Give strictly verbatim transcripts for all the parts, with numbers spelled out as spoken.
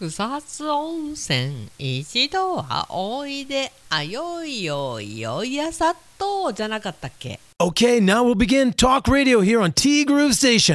草津温泉一度はおいであよいよいよいやさっとじゃなかったっけ？ Okay, now we'll begin Talk Radio here on T Groove Station.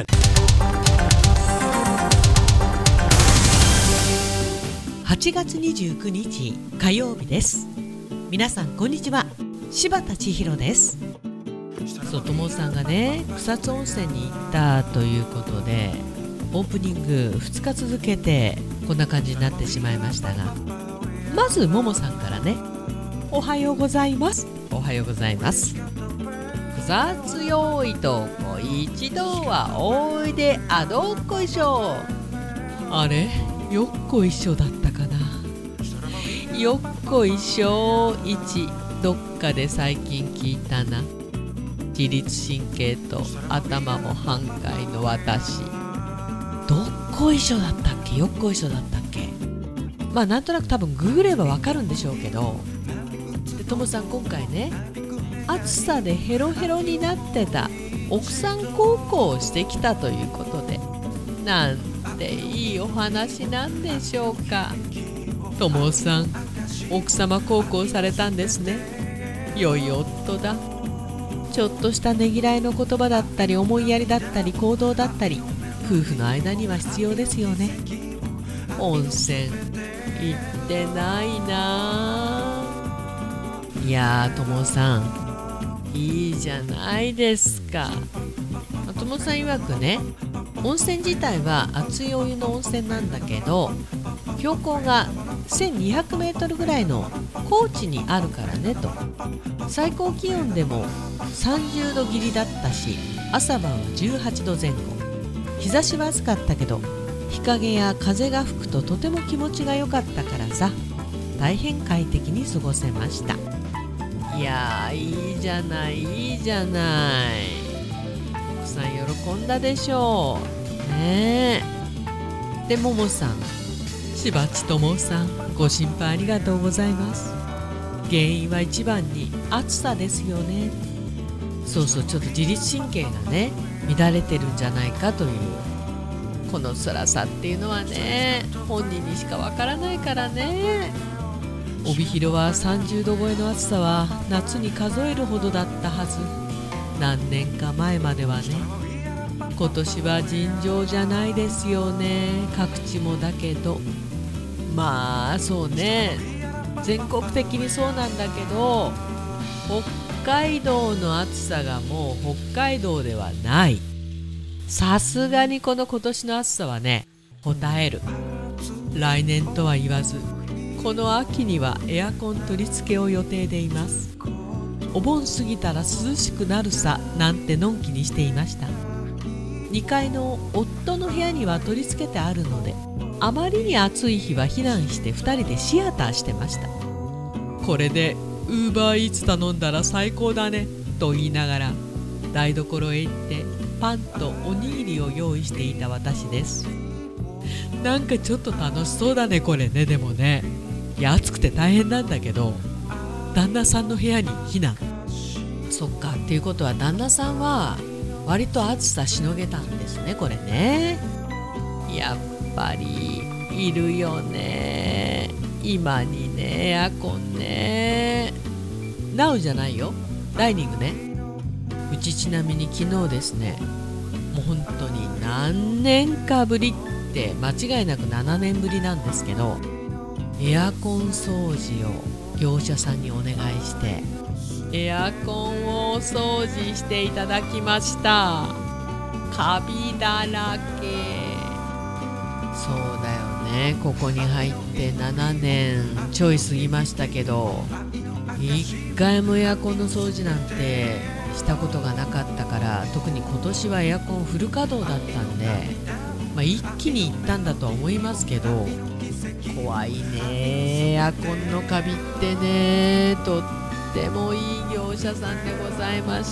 はちがつにじゅうくにち火曜日です。皆さんこんにちは、柴田千尋です。そう、ともさんがね草津温泉に行ったということでオープニングふつか続けてこんな感じになってしまいましたが、まずももさんからね、おはようございます。おはようございます。草津よいとこ一度はおいであどっこいしょ。あれよっこいしょだったかな。よっこいしょいちどっかで最近聞いたな。自律神経と頭も半壊の私。どっこいしょだったっけ、よっこいしょだったっけ。まあなんとなく多分ググればわかるんでしょうけど、でともさん今回ね暑さでヘロヘロになってた奥さん孝行をしてきたということで、なんていいお話なんでしょうか。ともさん奥様孝行されたんですね。良い夫だ。ちょっとしたねぎらいの言葉だったり思いやりだったり行動だったり夫婦の間には必要ですよね。温泉行ってないな。いやーともさんいいじゃないですか。ともさん曰くね、温泉自体は熱いお湯の温泉なんだけど標高がせんにひゃくメートルぐらいの高地にあるからねと。最高気温でもさんじゅうど切りだったし朝晩はじゅうはちどぜん後。日差しは暑かったけど日陰や風が吹くととても気持ちが良かったからさ、大変快適に過ごせました。いやーいいじゃないいいじゃない。奥さん喜んだでしょうねえ。でももさん、しばちともさんご心配ありがとうございます。原因は一番に暑さですよね。そうそう、ちょっと自律神経がね乱れてるんじゃないかという。この辛さっていうのはね本人にしかわからないからね。帯広はさんじゅうど超えの暑さは夏に数えるほどだったはず。何年か前まではね。今年は尋常じゃないですよね、各地もだけど。まあそうね、全国的にそうなんだけど北海道の暑さがもう北海道ではない。さすがにこの今年の暑さはね応える。来年とは言わずこの秋にはエアコン取り付けを予定でいます。お盆過ぎたら涼しくなるさなんてのんきにしていました。にかいの夫の部屋には取り付けてあるので、あまりに暑い日は避難してふたりでシアターしてました。これでウーバーイーツ頼んだら最高だねと言いながら台所へ行ってパンとおにぎりを用意していた私です。なんかちょっと楽しそうだねこれね。でもね、いや暑くて大変なんだけど旦那さんの部屋に避難。そっか、っていうことは旦那さんは割と暑さしのげたんですねこれね。やっぱりいるよね今にね、エアコンね。ナウじゃないよ、ダイニングね。うちちなみに昨日ですね、もう本当に何年かぶりって間違いなくななねんぶりなんですけど、エアコン掃除を業者さんにお願いしてエアコンをお掃除していただきました。カビだらけ。そうだよね、ここに入ってななねんちょい過ぎましたけど一回もエアコンの掃除なんてしたことがなかったから、特に今年はエアコンフル稼働だったんで、まあ、一気にいったんだとは思いますけど怖いね。エアコンのカビってね、とってもいい業者さんでございました。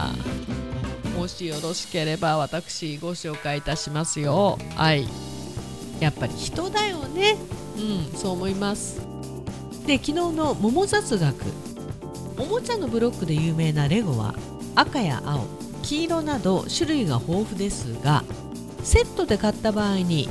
もしよろしければ私ご紹介いたしますよ。はい、やっぱり人だよね。うん、そう思います。で、昨日の桃雑学、おもちゃのブロックで有名なレゴは赤や青、黄色など種類が豊富ですが、セットで買った場合に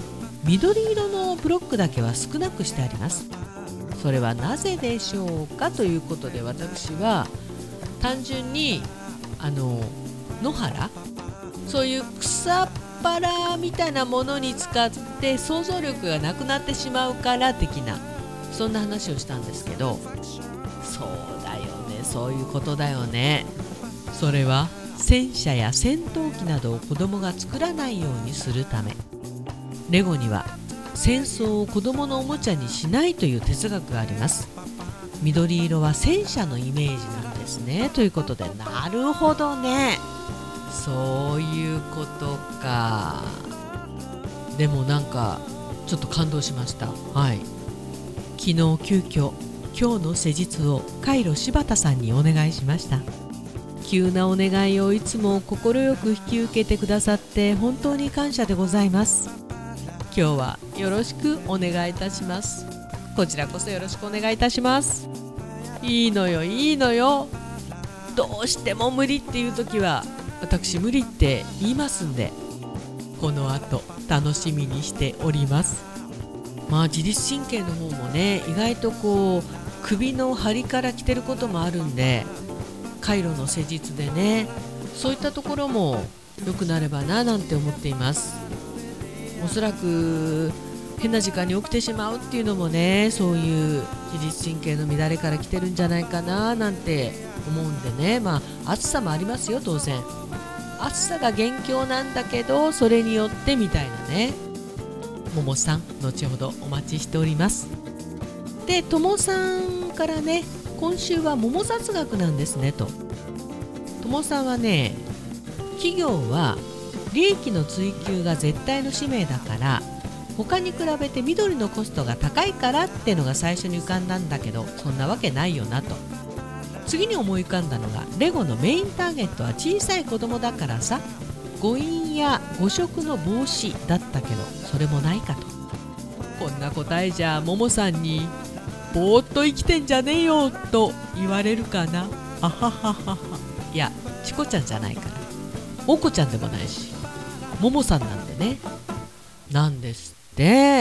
緑色のブロックだけは少なくしてあります。それはなぜでしょうかということで、私は単純にあの野原、そういう草っぱらみたいなものに使って想像力がなくなってしまうから的な、そんな話をしたんですけど、そうだよね、そういうことだよね。それは戦車や戦闘機などを子供が作らないようにするため、レゴには戦争を子供のおもちゃにしないという哲学があります。緑色は戦車のイメージなんですね。ということで、なるほどね、そういうことか。でもなんかちょっと感動しました。はい、昨日急遽今日の施術をカイロ柴田さんにお願いしました。急なお願いをいつも快く引き受けてくださって本当に感謝でございます。今日はよろしくお願いいたします。こちらこそよろしくお願いいたします。いいのよいいのよ、どうしても無理っていう時は私無理って言いますんで、この後楽しみにしております。まあ自律神経の方もね、意外とこう首の張りから来てることもあるんで、カイロの施術でね、そういったところも良くなればななんて思っています。おそらく変な時間に起きてしまうっていうのもね、そういう自律神経の乱れから来てるんじゃないかななんて思うんでね。まあ暑さもありますよ、当然暑さが元凶なんだけど、それによってみたいなね。ももさん、後ほどお待ちしております。で、ともさんからね、今週は桃雑学なんですねと。ともさんはね、企業は利益の追求が絶対の使命だから、他に比べて緑のコストが高いからってのが最初に浮かんだんだけど、そんなわけないよなと。次に思い浮かんだのが、レゴのメインターゲットは小さい子供だからさ、誤飲や誤食の防止だったけど、それもないかと。こんな答えじゃももさんにぼーっと生きてんじゃねえよと言われるかな。あはははは。いや、チコちゃんじゃないから、おこちゃんでもないし、ももさんなんでね。なんですって。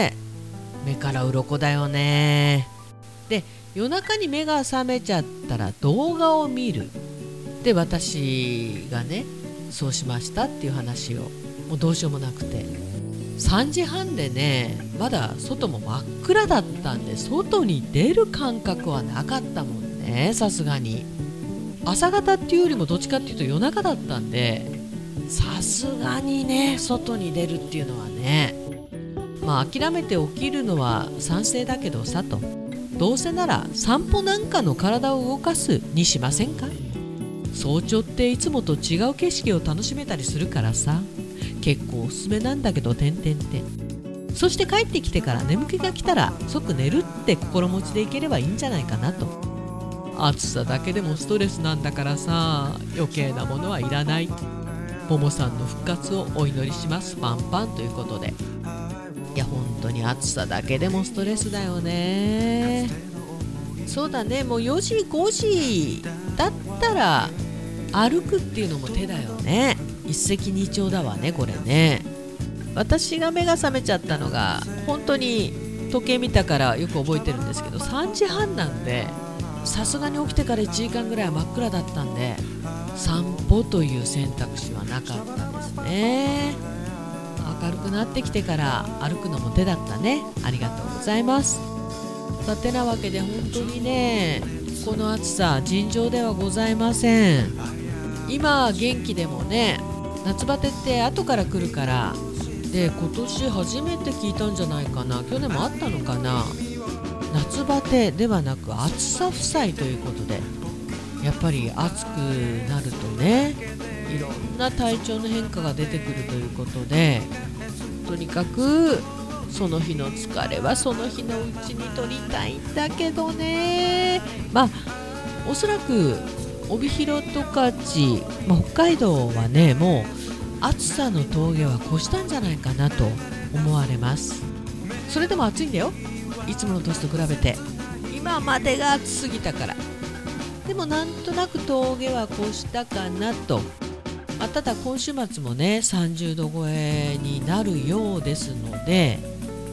目から鱗だよね。で、夜中に目が覚めちゃったら動画を見る。で、私がね、そうしましたっていう話を、もうどうしようもなくて、さんじはんでね、まだ外も真っ暗だったんで、外に出る感覚はなかったもんね。さすがに朝方っていうよりもどっちかっていうと夜中だったんで、さすがにね、外に出るっていうのはね、まあ諦めて起きるのは賛成だけどさと、どうせなら散歩なんかの体を動かすにしませんか。早朝っていつもと違う景色を楽しめたりするからさ、結構おすすめなんだけど、てんてんてん。そして帰ってきてから眠気が来たら即寝るって心持ちでいければいいんじゃないかなと。暑さだけでもストレスなんだからさ、余計なものはいらない。ももさんの復活をお祈りします。パンパンということで、いや本当に暑さだけでもストレスだよね。そうだね、もうよじごじだったら歩くっていうのも手だよね。一石二鳥だわね、これね。私が目が覚めちゃったのが、本当に時計見たからよく覚えてるんですけど、さんじはんなんで、さすがに起きてからいちじかんぐらいは真っ暗だったんで、散歩という選択肢はなかったですね。明るくなってきてから歩くのも手だったね。ありがとうございます。さてなわけで、本当にね、この暑さ尋常ではございません。今元気でもね、夏バテって後から来るから、で今年初めて聞いたんじゃないかな、去年もあったのかな、夏バテではなく暑さ負債ということで、やっぱり暑くなるとね、いろんな体調の変化が出てくるということで、とにかくその日の疲れはその日のうちに取りたいんだけどね。まあおそらく帯広十勝、まあ、北海道はね、もう暑さの峠は越したんじゃないかなと思われます。それでも暑いんだよ、いつもの年と比べて。今までが暑すぎたから。でもなんとなく峠は越したかなと。まあ、ただ今週末もねさんじゅうど超えになるようですので、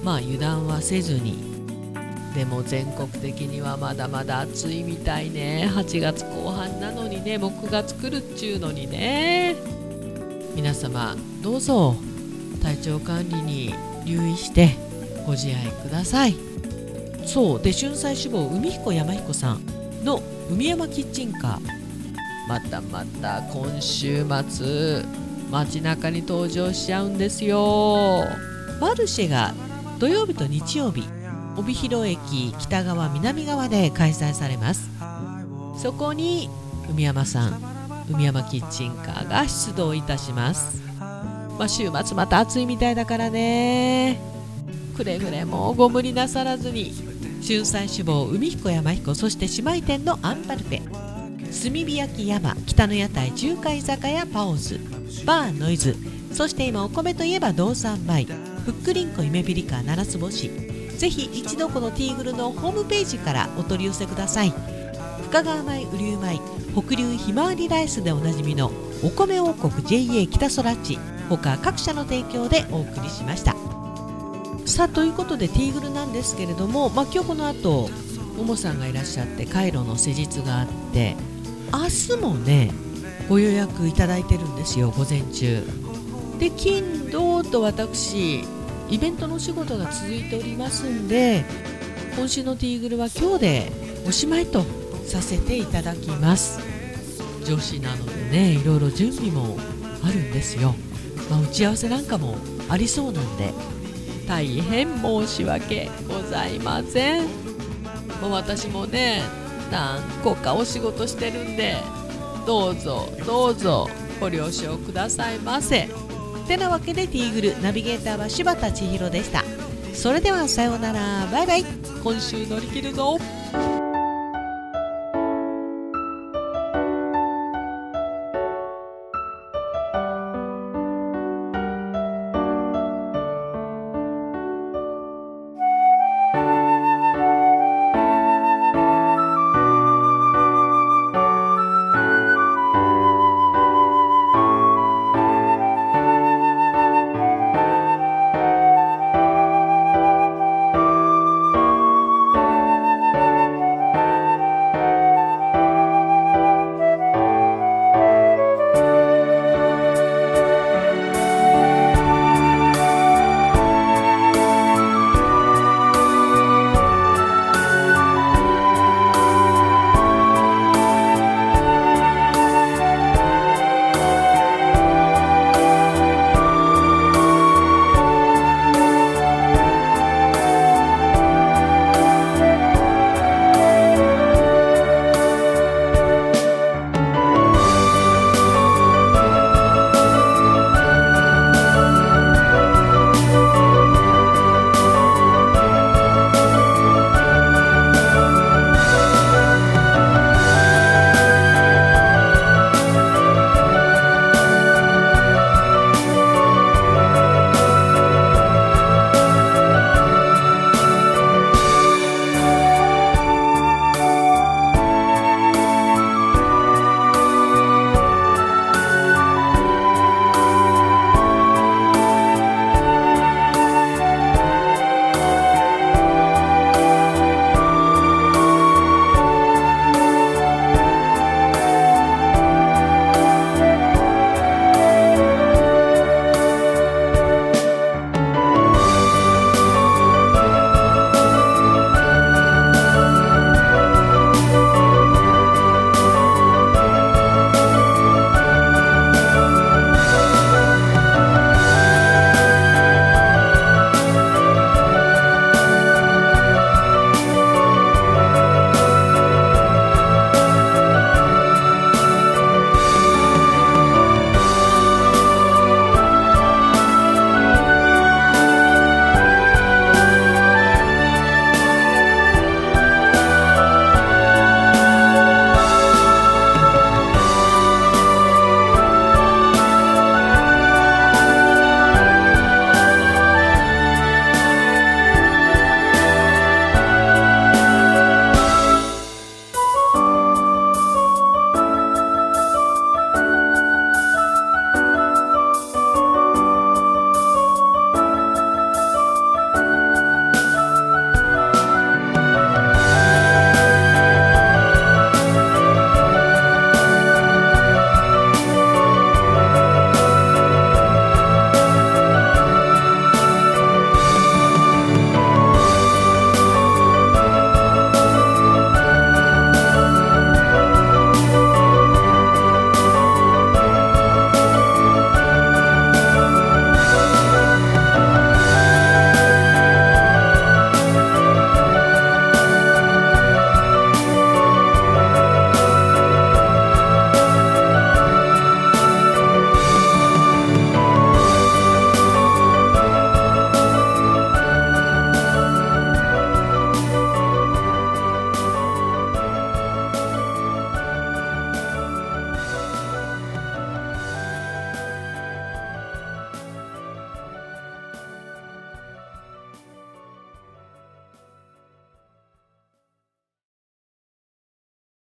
まあ油断はせずに。でも全国的にはまだまだ暑いみたいね。はちがつこう半なのにね、もくがつ来るっちゅうのにね。皆様どうぞ体調管理に留意してご自愛ください。そうで、春菜志望海彦山彦さんの海山キッチンカー、またまた今週末街中に登場しちゃうんですよ。マルシェが土曜日と日曜日、帯広駅北側南側で開催されます。そこに海山さん、海山キッチンカーが出動いたします。まあ、週末また暑いみたいだからね、くれぐれもご無理なさらずに。春菜志望海彦山彦、そして姉妹店のアンパルフェ、炭火焼き山、北の屋台中華居酒屋パオズ、バーノイズ、そして今お米といえば道産米、ふっくりんこ夢ピリカ七つ星。ぜひ一度このティーグルのホームページからお取り寄せください。深川米、雨竜米、北流ひまわりライスでおなじみのお米王国 ジェイエー 北空地他各社の提供でお送りしました。さあということでティーグルなんですけれども、まあ、今日この後ももさんがいらっしゃってカイロの施術があって、明日もねご予約いただいてるんですよ、午前中で。金土と私イベントのお仕事が続いておりますんで、今週のティーグルは今日でおしまいとさせていただきます。女子なのでね、いろいろ準備もあるんですよ。まあ、打ち合わせなんかもありそうなんで大変申し訳ございません。もう私もね何個かお仕事してるんで、どうぞどうぞご了承くださいませ。てなわけでティーグルナビゲーターは柴田千尋でした。それではさようなら、バイバイ。今週乗り切るぞ。